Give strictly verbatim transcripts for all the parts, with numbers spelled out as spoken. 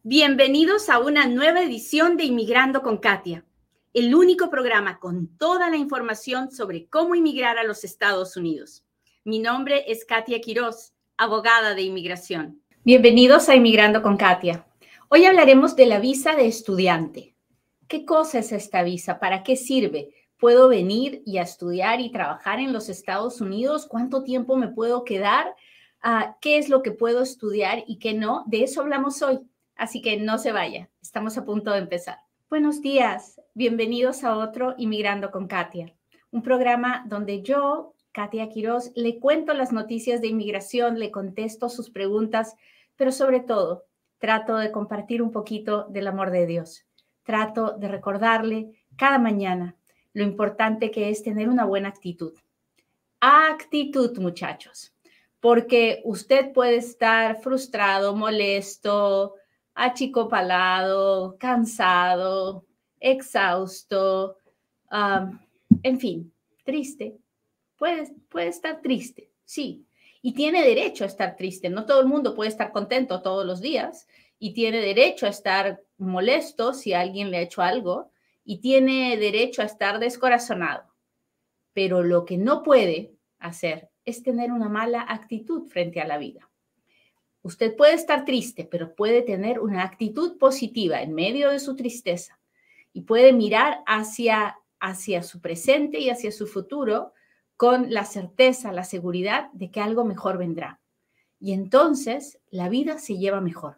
Bienvenidos a una nueva edición de Inmigrando con Katia, el único programa con toda la información sobre cómo inmigrar a los Estados Unidos. Mi nombre es Katia Quiroz, abogada de inmigración. Bienvenidos a Inmigrando con Katia. Hoy hablaremos de la visa de estudiante. ¿Qué cosa es esta visa? ¿Para qué sirve? ¿Puedo venir y a estudiar y trabajar en los Estados Unidos? ¿Cuánto tiempo me puedo quedar? Uh, ¿Qué es lo que puedo estudiar y qué no? De eso hablamos hoy. Así que no se vaya, estamos a punto de empezar. Buenos días, bienvenidos a otro Inmigrando con Katia, un programa donde yo, Katia Quiroz, le cuento las noticias de inmigración, le contesto sus preguntas, pero sobre todo trato de compartir un poquito del amor de Dios. Trato de recordarle cada mañana lo importante que es tener una buena actitud. Actitud, muchachos, porque usted puede estar frustrado, molesto, achicopalado, cansado, exhausto, um, en fin, triste. Puede, puede estar triste, sí. Y tiene derecho a estar triste. No todo el mundo puede estar contento todos los días y tiene derecho a estar molesto si alguien le ha hecho algo y tiene derecho a estar descorazonado. Pero lo que no puede hacer es tener una mala actitud frente a la vida. Usted puede estar triste, pero puede tener una actitud positiva en medio de su tristeza y puede mirar hacia, hacia su presente y hacia su futuro con la certeza, la seguridad de que algo mejor vendrá. Y entonces la vida se lleva mejor.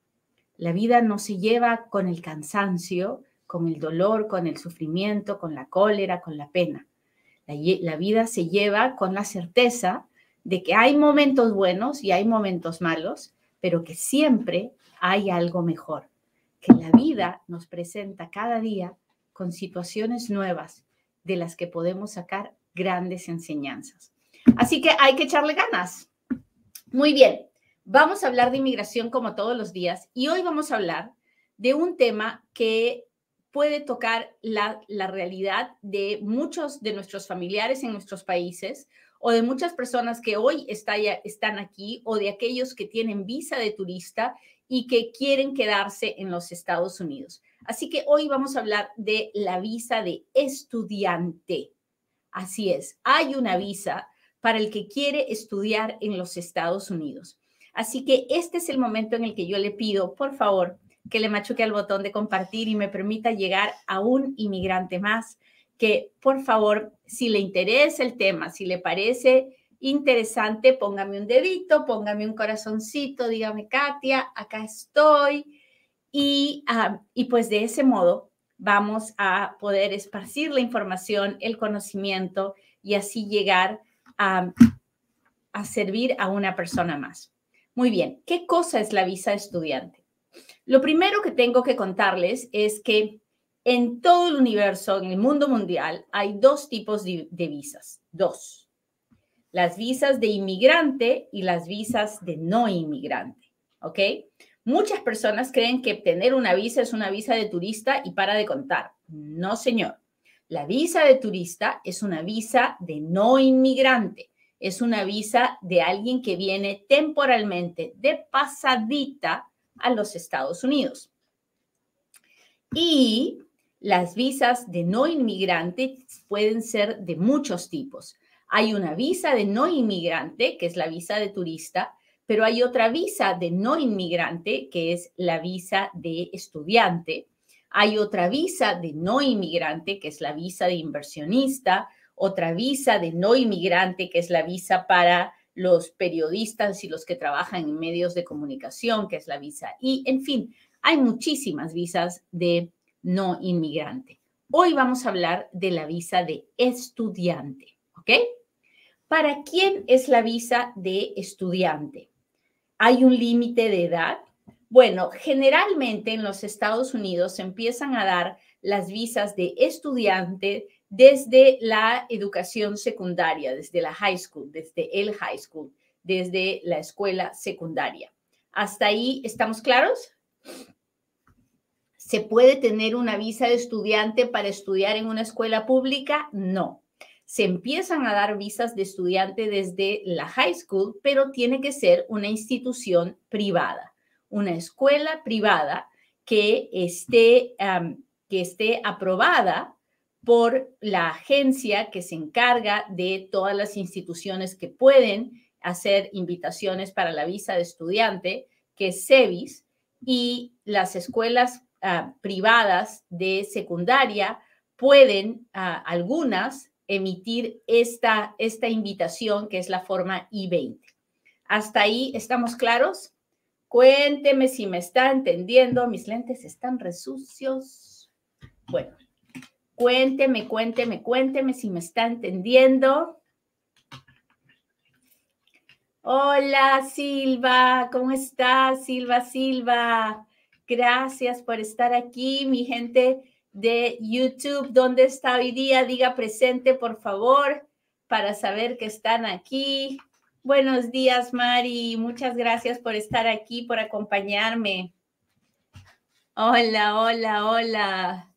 La vida no se lleva con el cansancio, con el dolor, con el sufrimiento, con la cólera, con la pena. La, la vida se lleva con la certeza de que hay momentos buenos y hay momentos malos, pero que siempre hay algo mejor, que la vida nos presenta cada día con situaciones nuevas de las que podemos sacar grandes enseñanzas. Así que hay que echarle ganas. Muy bien, vamos a hablar de inmigración como todos los días y hoy vamos a hablar de un tema que puede tocar la, la realidad de muchos de nuestros familiares en nuestros países o de muchas personas que hoy está ya, están aquí o de aquellos que tienen visa de turista y que quieren quedarse en los Estados Unidos. Así que hoy vamos a hablar de la visa de estudiante. Así es, hay una visa para el que quiere estudiar en los Estados Unidos. Así que este es el momento en el que yo le pido, por favor, que le machuque al botón de compartir y me permita llegar a un inmigrante más, que por favor, si le interesa el tema, si le parece interesante, póngame un dedito, póngame un corazoncito, dígame, Katia, acá estoy. Y, uh, y pues de ese modo vamos a poder esparcir la información, el conocimiento y así llegar a, a servir a una persona más. Muy bien, ¿qué cosa es la visa de estudiante? Lo primero que tengo que contarles es que en todo el universo, en el mundo mundial, hay dos tipos de, de visas. Dos. Las visas de inmigrante y las visas de no inmigrante. ¿Ok? Muchas personas creen que tener una visa es una visa de turista y para de contar. No, señor. La visa de turista es una visa de no inmigrante. Es una visa de alguien que viene temporalmente de pasadita a los Estados Unidos. Y las visas de no inmigrante pueden ser de muchos tipos. Hay una visa de no inmigrante, que es la visa de turista, pero hay otra visa de no inmigrante, que es la visa de estudiante. Hay otra visa de no inmigrante, que es la visa de inversionista. Otra visa de no inmigrante, que es la visa para los periodistas y los que trabajan en medios de comunicación, que es la visa I. En fin, hay muchísimas visas de no inmigrante. Hoy vamos a hablar de la visa de estudiante, ¿ok? ¿Para quién es la visa de estudiante? ¿Hay un límite de edad? Bueno, generalmente en los Estados Unidos se empiezan a dar las visas de estudiante desde la educación secundaria, desde la high school, desde el high school, desde la escuela secundaria. ¿Hasta ahí estamos claros? ¿Se puede tener una visa de estudiante para estudiar en una escuela pública? No. Se empiezan a dar visas de estudiante desde la high school, pero tiene que ser una institución privada. una escuela privada que esté, um, que esté aprobada por la agencia que se encarga de todas las instituciones que pueden hacer invitaciones para la visa de estudiante, que es SEVIS, y las escuelas uh, privadas de secundaria pueden, uh, algunas, emitir esta, esta invitación, que es la forma I veinte. ¿Hasta ahí estamos claros? Cuénteme si me está entendiendo. Mis lentes están resucios. Bueno, cuénteme, cuénteme, cuénteme si me está entendiendo. Hola, Silva. ¿Cómo estás, Silva, Silva? Gracias por estar aquí, mi gente de YouTube. ¿Dónde está hoy día? Diga presente, por favor, para saber que están aquí. Buenos días, Mari. Muchas gracias por estar aquí, por acompañarme. Hola, hola, hola.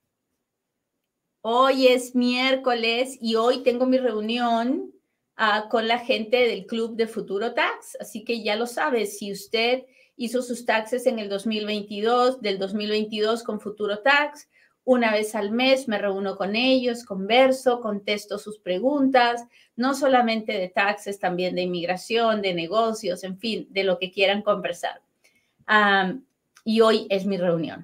Hoy es miércoles y hoy tengo mi reunión uh, con la gente del Club de Futuro Tax. Así que ya lo sabes, si usted hizo sus taxes en el dos mil veintidós, del dos mil veintidós con Futuro Tax, una vez al mes me reúno con ellos, converso, contesto sus preguntas, no solamente de taxes, también de inmigración, de negocios, en fin, de lo que quieran conversar. Um, y hoy es mi reunión.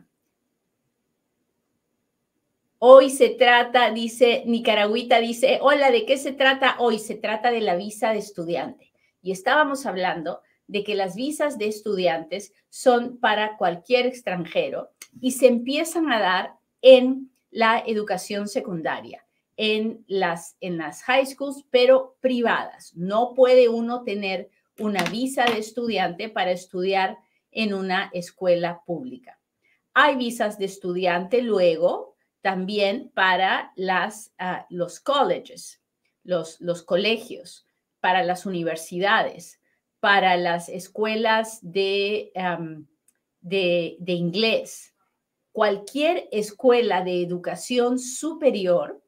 Hoy se trata, dice Nicaragüita, dice, hola, ¿de qué se trata hoy? Se trata de la visa de estudiante. Y estábamos hablando de que las visas de estudiantes son para cualquier extranjero y se empiezan a dar en la educación secundaria, en las, en las high schools, pero privadas. No puede uno tener una visa de estudiante para estudiar en una escuela pública. Hay visas de estudiante luego también para las, uh, los colleges, los, los colegios, para las universidades, para las escuelas de, um, de, de inglés. Cualquier escuela de educación superior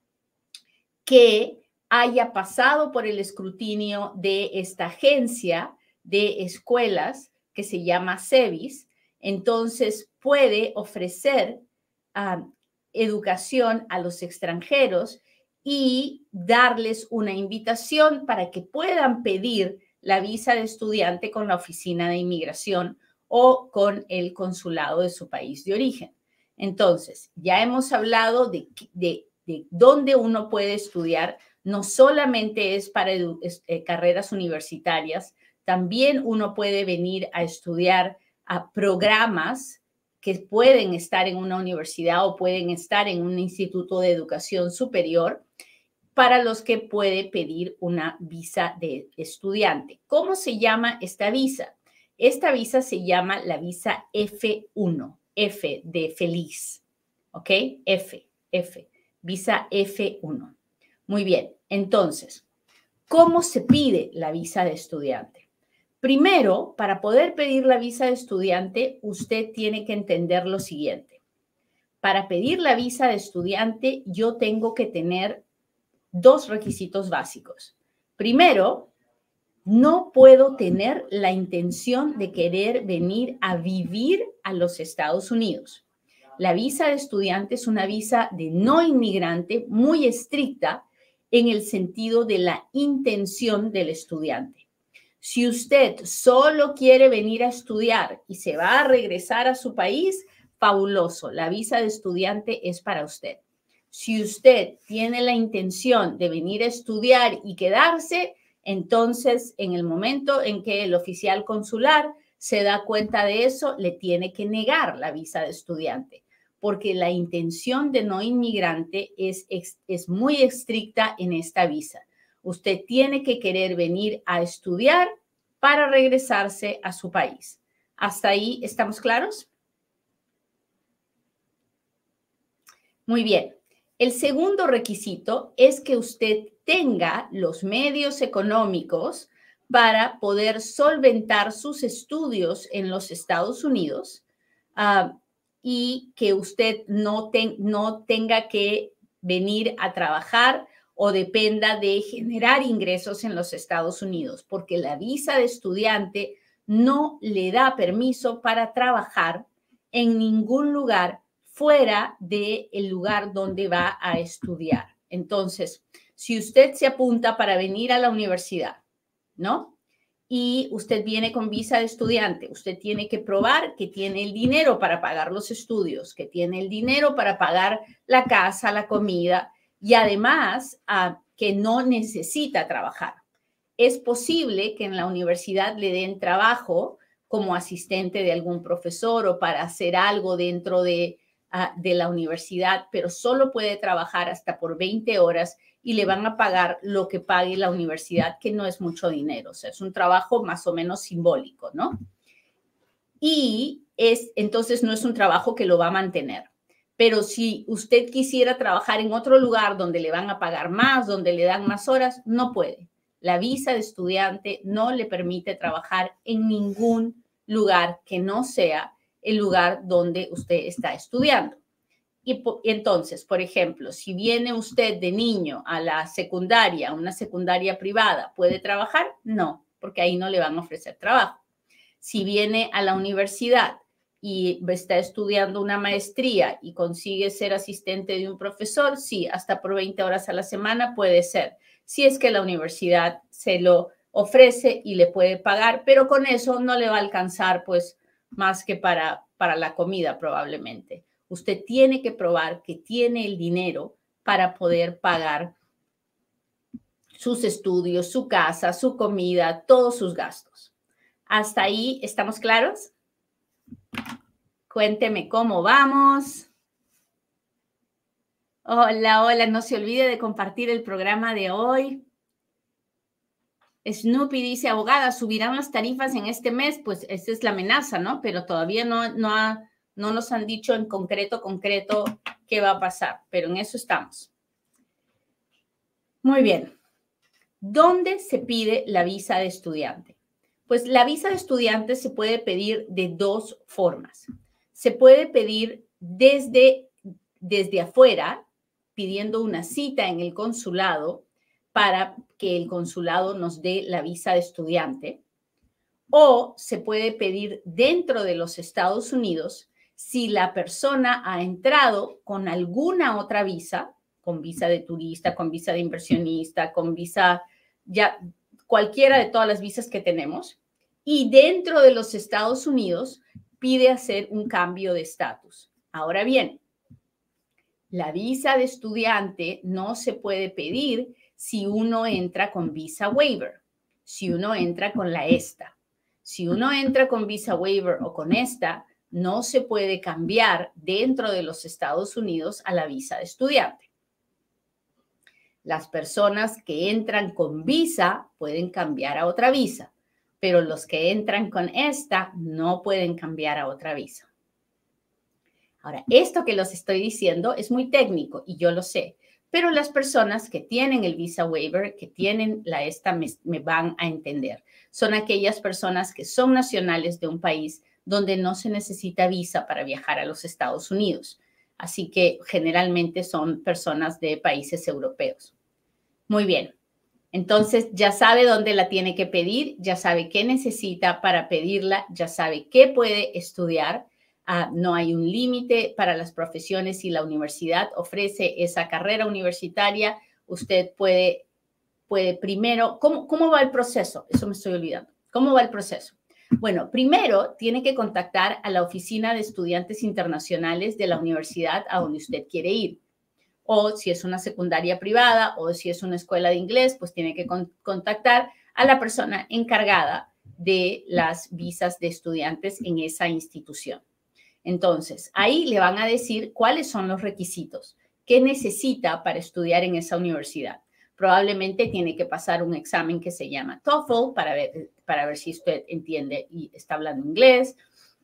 que haya pasado por el escrutinio de esta agencia de escuelas que se llama SEVIS, entonces puede ofrecer um, educación a los extranjeros y darles una invitación para que puedan pedir la visa de estudiante con la oficina de inmigración o con el consulado de su país de origen. Entonces, ya hemos hablado de, de, de dónde uno puede estudiar. No solamente es para edu, eh, carreras universitarias, también uno puede venir a estudiar a programas que pueden estar en una universidad o pueden estar en un instituto de educación superior, para los que puede pedir una visa de estudiante. ¿Cómo se llama esta visa? Esta visa se llama la visa F uno, F de feliz, ¿ok? F, F, visa F uno. Muy bien, entonces, ¿cómo se pide la visa de estudiante? Primero, para poder pedir la visa de estudiante, usted tiene que entender lo siguiente. Para pedir la visa de estudiante, yo tengo que tener dos requisitos básicos. Primero, no puedo tener la intención de querer venir a vivir a los Estados Unidos. La visa de estudiante es una visa de no inmigrante muy estricta en el sentido de la intención del estudiante. Si usted solo quiere venir a estudiar y se va a regresar a su país, fabuloso, la visa de estudiante es para usted. Si usted tiene la intención de venir a estudiar y quedarse, entonces en el momento en que el oficial consular se da cuenta de eso, le tiene que negar la visa de estudiante, porque la intención de no inmigrante es, es, es muy estricta en esta visa. Usted tiene que querer venir a estudiar para regresarse a su país. ¿Hasta ahí estamos claros? Muy bien. El segundo requisito es que usted tenga los medios económicos para poder solventar sus estudios en los Estados Unidos uh, y que usted no, ten, no tenga que venir a trabajar o dependa de generar ingresos en los Estados Unidos, porque la visa de estudiante no le da permiso para trabajar en ningún lugar fuera del lugar donde va a estudiar. Entonces, si usted se apunta para venir a la universidad, ¿no? Y usted viene con visa de estudiante, usted tiene que probar que tiene el dinero para pagar los estudios, que tiene el dinero para pagar la casa, la comida y además uh, que no necesita trabajar. Es posible que en la universidad le den trabajo como asistente de algún profesor o para hacer algo dentro de, uh, de la universidad, pero solo puede trabajar hasta por veinte horas y le van a pagar lo que pague la universidad, que no es mucho dinero. O sea, es un trabajo más o menos simbólico, ¿no? Y es, entonces no es un trabajo que lo va a mantener. Pero si usted quisiera trabajar en otro lugar donde le van a pagar más, donde le dan más horas, no puede. La visa de estudiante no le permite trabajar en ningún lugar que no sea el lugar donde usted está estudiando. Y, y entonces, por ejemplo, si viene usted de niño a la secundaria, una secundaria privada, ¿puede trabajar? No, porque ahí no le van a ofrecer trabajo. Si viene a la universidad y está estudiando una maestría y consigue ser asistente de un profesor, sí, hasta por veinte horas a la semana puede ser, si es que la universidad se lo ofrece y le puede pagar, pero con eso no le va a alcanzar, pues, más que para, para la comida probablemente. Usted tiene que probar que tiene el dinero para poder pagar sus estudios, su casa, su comida, todos sus gastos. ¿Hasta ahí estamos claros? Cuénteme cómo vamos. Hola, hola, no se olvide de compartir el programa de hoy. Snoopy dice, abogada, ¿subirán las tarifas en este mes? Pues esa es la amenaza, ¿no? Pero todavía no, no, ha, no nos han dicho en concreto, concreto qué va a pasar, pero en eso estamos. Muy bien. ¿Dónde se pide la visa de estudiante? Pues la visa de estudiante se puede pedir de dos formas. Se puede pedir desde, desde afuera, pidiendo una cita en el consulado para que el consulado nos dé la visa de estudiante, o se puede pedir dentro de los Estados Unidos si la persona ha entrado con alguna otra visa, con visa de turista, con visa de inversionista, con visa, ya cualquiera de todas las visas que tenemos, y dentro de los Estados Unidos pide hacer un cambio de estatus. Ahora bien, la visa de estudiante no se puede pedir si uno entra con visa waiver, si uno entra con la ESTA. Si uno entra con visa waiver o con ESTA, no se puede cambiar dentro de los Estados Unidos a la visa de estudiante. Las personas que entran con visa pueden cambiar a otra visa, pero los que entran con ESTA no pueden cambiar a otra visa. Ahora, esto que les estoy diciendo es muy técnico y yo lo sé, pero las personas que tienen el visa waiver, que tienen la ESTA, me, me van a entender. Son aquellas personas que son nacionales de un país donde no se necesita visa para viajar a los Estados Unidos. Así que generalmente son personas de países europeos. Muy bien. Entonces ya sabe dónde la tiene que pedir, ya sabe qué necesita para pedirla, ya sabe qué puede estudiar. Uh, no hay un límite para las profesiones. Si la universidad ofrece esa carrera universitaria, usted puede, puede primero, ¿cómo, ¿cómo va el proceso? Eso me estoy olvidando. ¿Cómo va el proceso? Bueno, primero tiene que contactar a la Oficina de Estudiantes Internacionales de la universidad a donde usted quiere ir. O si es una secundaria privada o si es una escuela de inglés, pues tiene que con, contactar a la persona encargada de las visas de estudiantes en esa institución. Entonces, ahí le van a decir cuáles son los requisitos, qué necesita para estudiar en esa universidad. Probablemente tiene que pasar un examen que se llama TOEFL para ver, para ver si usted entiende y está hablando inglés,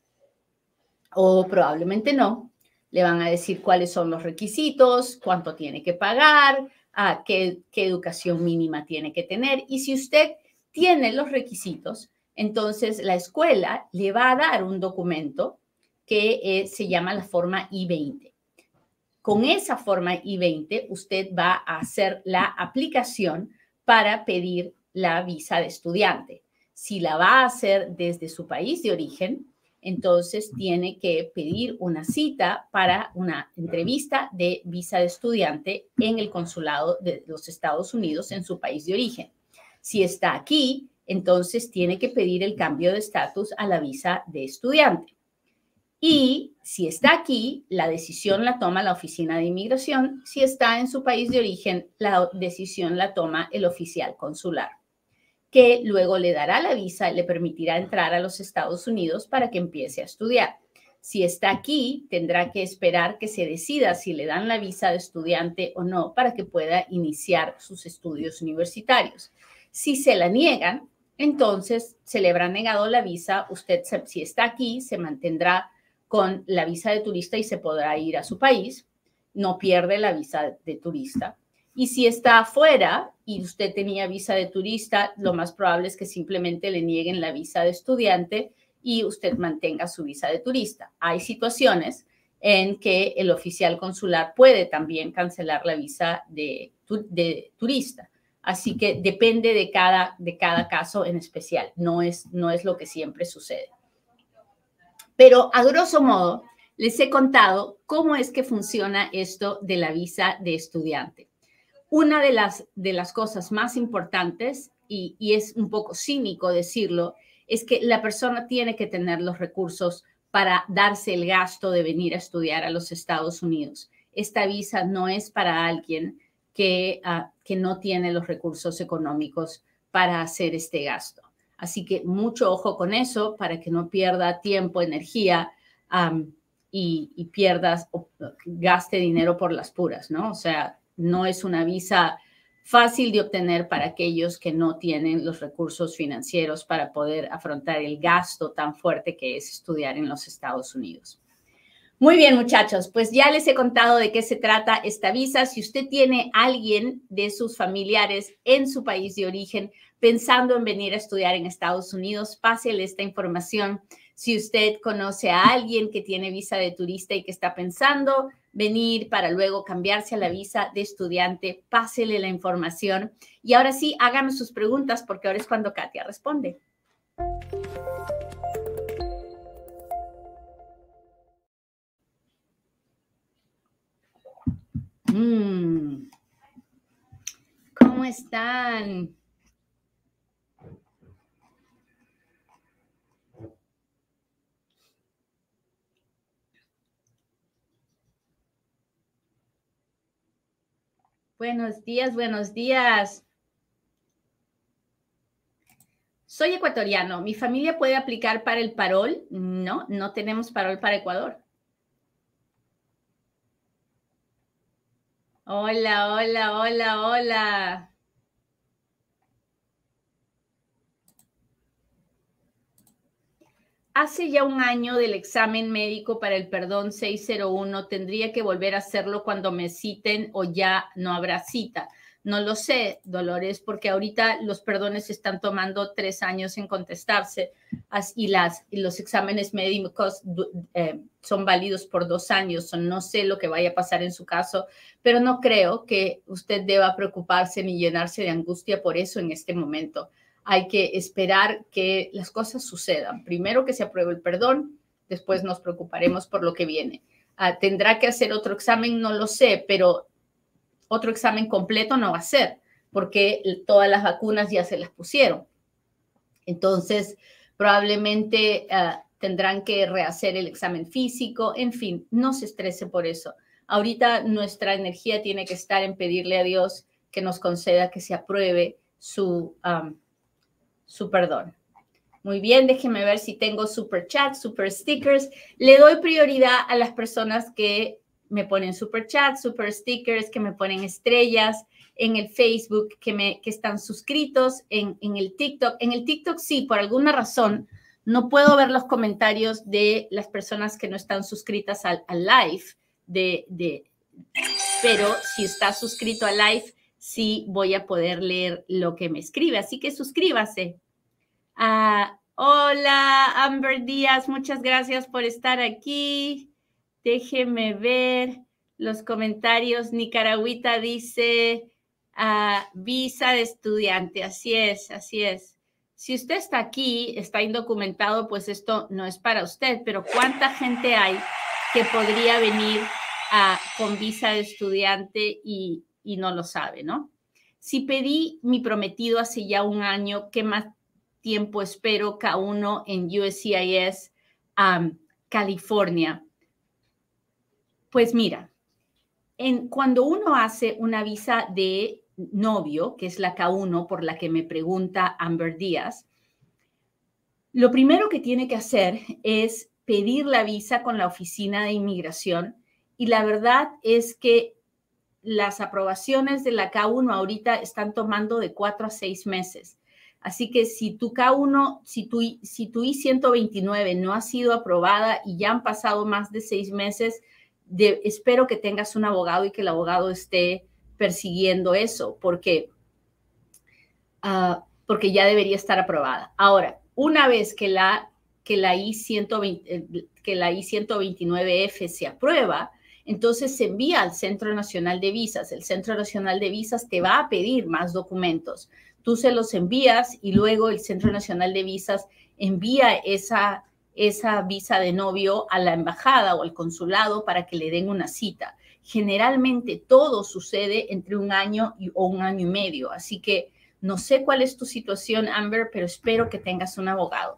o probablemente no. Le van a decir cuáles son los requisitos, cuánto tiene que pagar, a qué, qué educación mínima tiene que tener. Y si usted tiene los requisitos, entonces la escuela le va a dar un documento que eh, se llama la forma I veinte. Con esa forma I veinte, usted va a hacer la aplicación para pedir la visa de estudiante. Si la va a hacer desde su país de origen, entonces tiene que pedir una cita para una entrevista de visa de estudiante en el consulado de los Estados Unidos en su país de origen. Si está aquí, entonces tiene que pedir el cambio de estatus a la visa de estudiante. Y si está aquí, la decisión la toma la oficina de inmigración. Si está en su país de origen, la decisión la toma el oficial consular, que luego le dará la visa y le permitirá entrar a los Estados Unidos para que empiece a estudiar. Si está aquí, tendrá que esperar que se decida si le dan la visa de estudiante o no para que pueda iniciar sus estudios universitarios. Si se la niegan, entonces se le habrá negado la visa. Usted, si está aquí, se mantendrá con la visa de turista y se podrá ir a su país. No pierde la visa de turista. Y si está afuera y usted tenía visa de turista, lo más probable es que simplemente le nieguen la visa de estudiante y usted mantenga su visa de turista. Hay situaciones en que el oficial consular puede también cancelar la visa de, de turista. Así que depende de cada, de cada caso en especial. No es, no es lo que siempre sucede. Pero a grosso modo, les he contado cómo es que funciona esto de la visa de estudiante. Una de las, de las cosas más importantes, y, y es un poco cínico decirlo, es que la persona tiene que tener los recursos para darse el gasto de venir a estudiar a los Estados Unidos. Esta visa no es para alguien que, uh, que no tiene los recursos económicos para hacer este gasto. Así que mucho ojo con eso para que no pierda tiempo, energía um, y, y pierdas o gaste dinero por las puras, ¿no? O sea, no es una visa fácil de obtener para aquellos que no tienen los recursos financieros para poder afrontar el gasto tan fuerte que es estudiar en los Estados Unidos. Muy bien, muchachos, pues ya les he contado de qué se trata esta visa. Si usted tiene a alguien de sus familiares en su país de origen pensando en venir a estudiar en Estados Unidos, pásele esta información. Si usted conoce a alguien que tiene visa de turista y que está pensando venir para luego cambiarse a la visa de estudiante, pásele la información. Y ahora sí, háganos sus preguntas porque ahora es cuando Katia responde. Mm. ¿Cómo están? Buenos días, buenos días. Soy ecuatoriano. ¿Mi familia puede aplicar para el parol? No, no tenemos parol para Ecuador. Hola, hola, hola, hola. Hace ya un año del examen médico para el perdón seis cero uno. ¿Tendría que volver a hacerlo cuando me citen o ya no habrá cita? No lo sé, Dolores, porque ahorita los perdones están tomando tres años en contestarse y, las, y los exámenes médicos eh, son válidos por dos años. No sé lo que vaya a pasar en su caso, pero no creo que usted deba preocuparse ni llenarse de angustia por eso en este momento. Hay que esperar que las cosas sucedan. Primero que se apruebe el perdón, después nos preocuparemos por lo que viene. Uh, ¿Tendrá que hacer otro examen? No lo sé, pero otro examen completo no va a ser, porque todas las vacunas ya se las pusieron. Entonces, probablemente uh, tendrán que rehacer el examen físico. En fin, no se estrese por eso. Ahorita nuestra energía tiene que estar en pedirle a Dios que nos conceda que se apruebe su... Um, su perdón. Muy bien, déjenme ver si tengo super chat, super stickers. Le doy prioridad a las personas que me ponen super chat, super stickers, que me ponen estrellas en el Facebook, que, me, que están suscritos en, en el TikTok. En el TikTok sí, por alguna razón, no puedo ver los comentarios de las personas que no están suscritas al, al live, de, de, pero si está suscrito al live, sí voy a poder leer lo que me escribe. Así que suscríbase. Uh, hola, Amber Díaz, muchas gracias por estar aquí. Déjeme ver los comentarios. Nicaragüita dice uh, visa de estudiante. Así es, así es. Si usted está aquí, está indocumentado, pues esto no es para usted, pero ¿cuánta gente hay que podría venir a, con visa de estudiante y, y no lo sabe, ¿no? Si pedí mi prometido hace ya un año, ¿qué más tiempo espero K uno en U S C I S, um, California? Pues mira, en, cuando uno hace una visa de novio, que es la K uno por la que me pregunta Amber Díaz, lo primero que tiene que hacer es pedir la visa con la oficina de inmigración y la verdad es que las aprobaciones de la K uno ahorita están tomando de cuatro a seis meses. Así que si tu K uno, si tu, si tu I ciento veintinueve no ha sido aprobada y ya han pasado más de seis meses, de, espero que tengas un abogado y que el abogado esté persiguiendo eso, porque, uh, porque ya debería estar aprobada. Ahora, una vez que la, que la, I, ciento veinte, que la I ciento veintinueve F se aprueba, entonces se envía al Centro Nacional de Visas. El Centro Nacional de Visas te va a pedir más documentos. Tú se los envías y luego el Centro Nacional de Visas envía esa, esa visa de novio a la embajada o al consulado para que le den una cita. Generalmente todo sucede entre un año y, o un año y medio. Así que no sé cuál es tu situación, Amber, pero espero que tengas un abogado.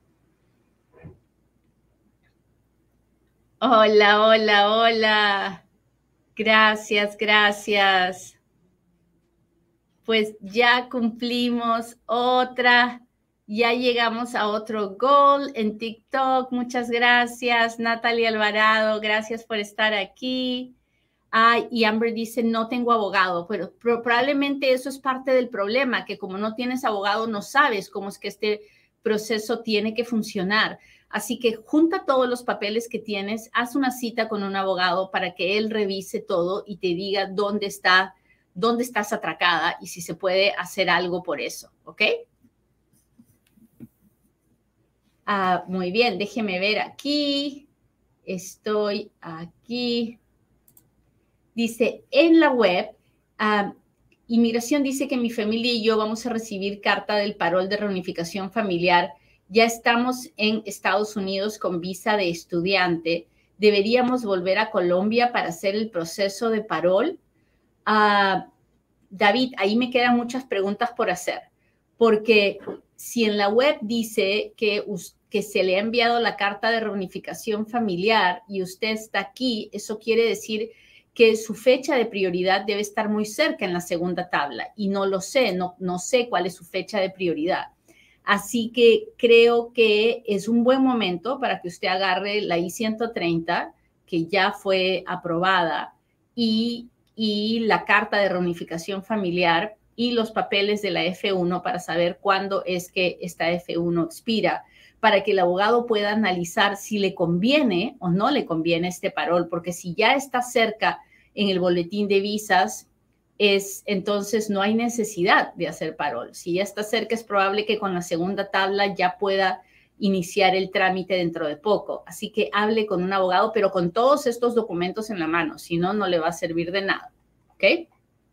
Hola, hola, hola. Gracias, gracias. Pues ya cumplimos otra, ya llegamos a otro goal en TikTok. Muchas gracias, Natalie Alvarado, gracias por estar aquí. Ah, y Amber dice, no tengo abogado, pero, pero probablemente eso es parte del problema, que como no tienes abogado, no sabes cómo es que este proceso tiene que funcionar. Así que junta todos los papeles que tienes, haz una cita con un abogado para que él revise todo y te diga dónde está, dónde estás atracada y si se puede hacer algo por eso, ¿ok? Ah, muy bien, déjeme ver aquí. Estoy aquí. Dice, en la web, uh, Inmigración dice que mi familia y yo vamos a recibir carta del parol de reunificación familiar. Ya estamos en Estados Unidos con visa de estudiante. ¿Deberíamos volver a Colombia para hacer el proceso de parol? Uh, David, ahí me quedan muchas preguntas por hacer. Porque si en la web dice que, que se le ha enviado la carta de reunificación familiar y usted está aquí, eso quiere decir que su fecha de prioridad debe estar muy cerca en la segunda tabla y no lo sé, no, no sé cuál es su fecha de prioridad. Así que creo que es un buen momento para que usted agarre la I ciento treinta, que ya fue aprobada, y, y la carta de reunificación familiar y los papeles de la F uno para saber cuándo es que esta F uno expira, para que el abogado pueda analizar si le conviene o no le conviene este parol, porque si ya está cerca en el boletín de visas, es, entonces no hay necesidad de hacer parol. Si ya está cerca, es probable que con la segunda tabla ya pueda iniciar el trámite dentro de poco. Así que hable con un abogado, pero con todos estos documentos en la mano, si no, no le va a servir de nada, ¿ok?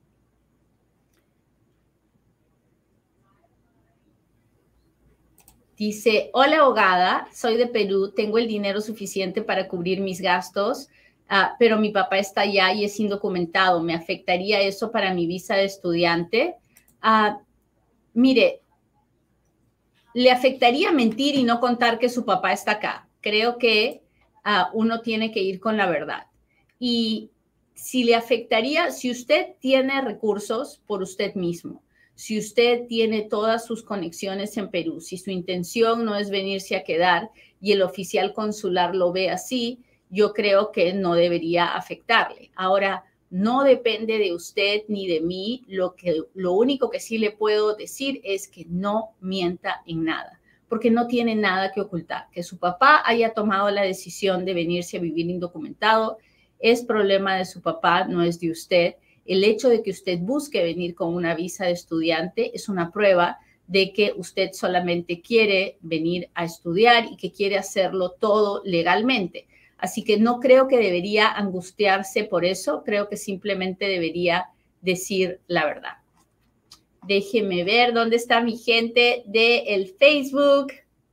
Dice, hola abogada, soy de Perú, tengo el dinero suficiente para cubrir mis gastos, uh, pero mi papá está allá y es indocumentado. ¿Me afectaría eso para mi visa de estudiante? Uh, mire, le afectaría mentir y no contar que su papá está acá. Creo que uh, uno tiene que ir con la verdad. Y si le afectaría, si usted tiene recursos por usted mismo, si usted tiene todas sus conexiones en Perú, si su intención no es venirse a quedar y el oficial consular lo ve así, yo creo que no debería afectarle. Ahora, no depende de usted ni de mí. Lo, que, lo único que sí le puedo decir es que no mienta en nada, porque no tiene nada que ocultar. Que su papá haya tomado la decisión de venirse a vivir indocumentado es problema de su papá, no es de usted. El hecho de que usted busque venir con una visa de estudiante es una prueba de que usted solamente quiere venir a estudiar y que quiere hacerlo todo legalmente. Así que no creo que debería angustiarse por eso, creo que simplemente debería decir la verdad. Déjenme ver dónde está mi gente del Facebook.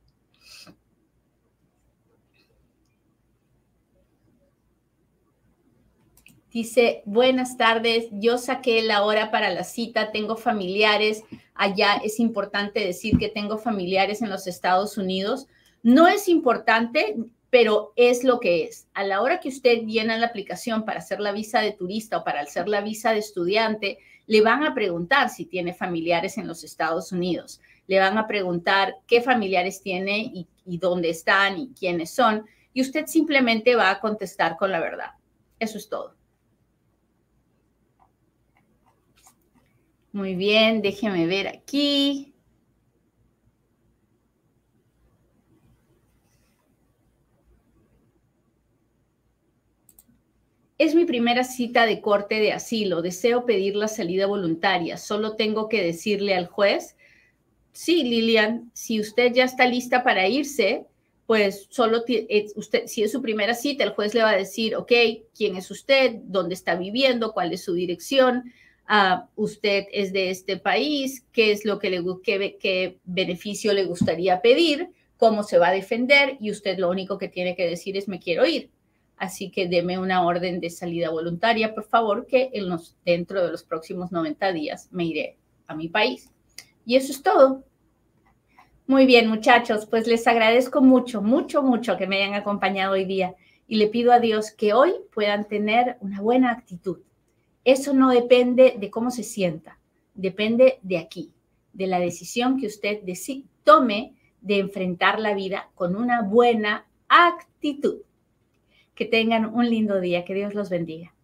Dice, buenas tardes, yo saqué la hora para la cita, tengo familiares allá. Es importante decir que tengo familiares en los Estados Unidos. No es importante, pero es lo que es. A la hora que usted llena la aplicación para hacer la visa de turista o para hacer la visa de estudiante, le van a preguntar si tiene familiares en los Estados Unidos. Le van a preguntar qué familiares tiene y, y dónde están y quiénes son. Y usted simplemente va a contestar con la verdad. Eso es todo. Muy bien, déjeme ver aquí. Es mi primera cita de corte de asilo. Deseo pedir la salida voluntaria. Solo tengo que decirle al juez. Sí, Lilian, si usted ya está lista para irse, pues solo usted, si es su primera cita, el juez le va a decir, ok, ¿quién es usted? ¿Dónde está viviendo? ¿Cuál es su dirección? Uh, usted es de este país, qué es lo que le qué, qué beneficio le gustaría pedir, cómo se va a defender, y usted lo único que tiene que decir es me quiero ir. Así que deme una orden de salida voluntaria, por favor, que en los, dentro de los próximos noventa días me iré a mi país. Y eso es todo. Muy bien, muchachos, pues les agradezco mucho, mucho, mucho que me hayan acompañado hoy día y le pido a Dios que hoy puedan tener una buena actitud. Eso no depende de cómo se sienta, depende de aquí, de la decisión que usted tome de enfrentar la vida con una buena actitud. Que tengan un lindo día, que Dios los bendiga.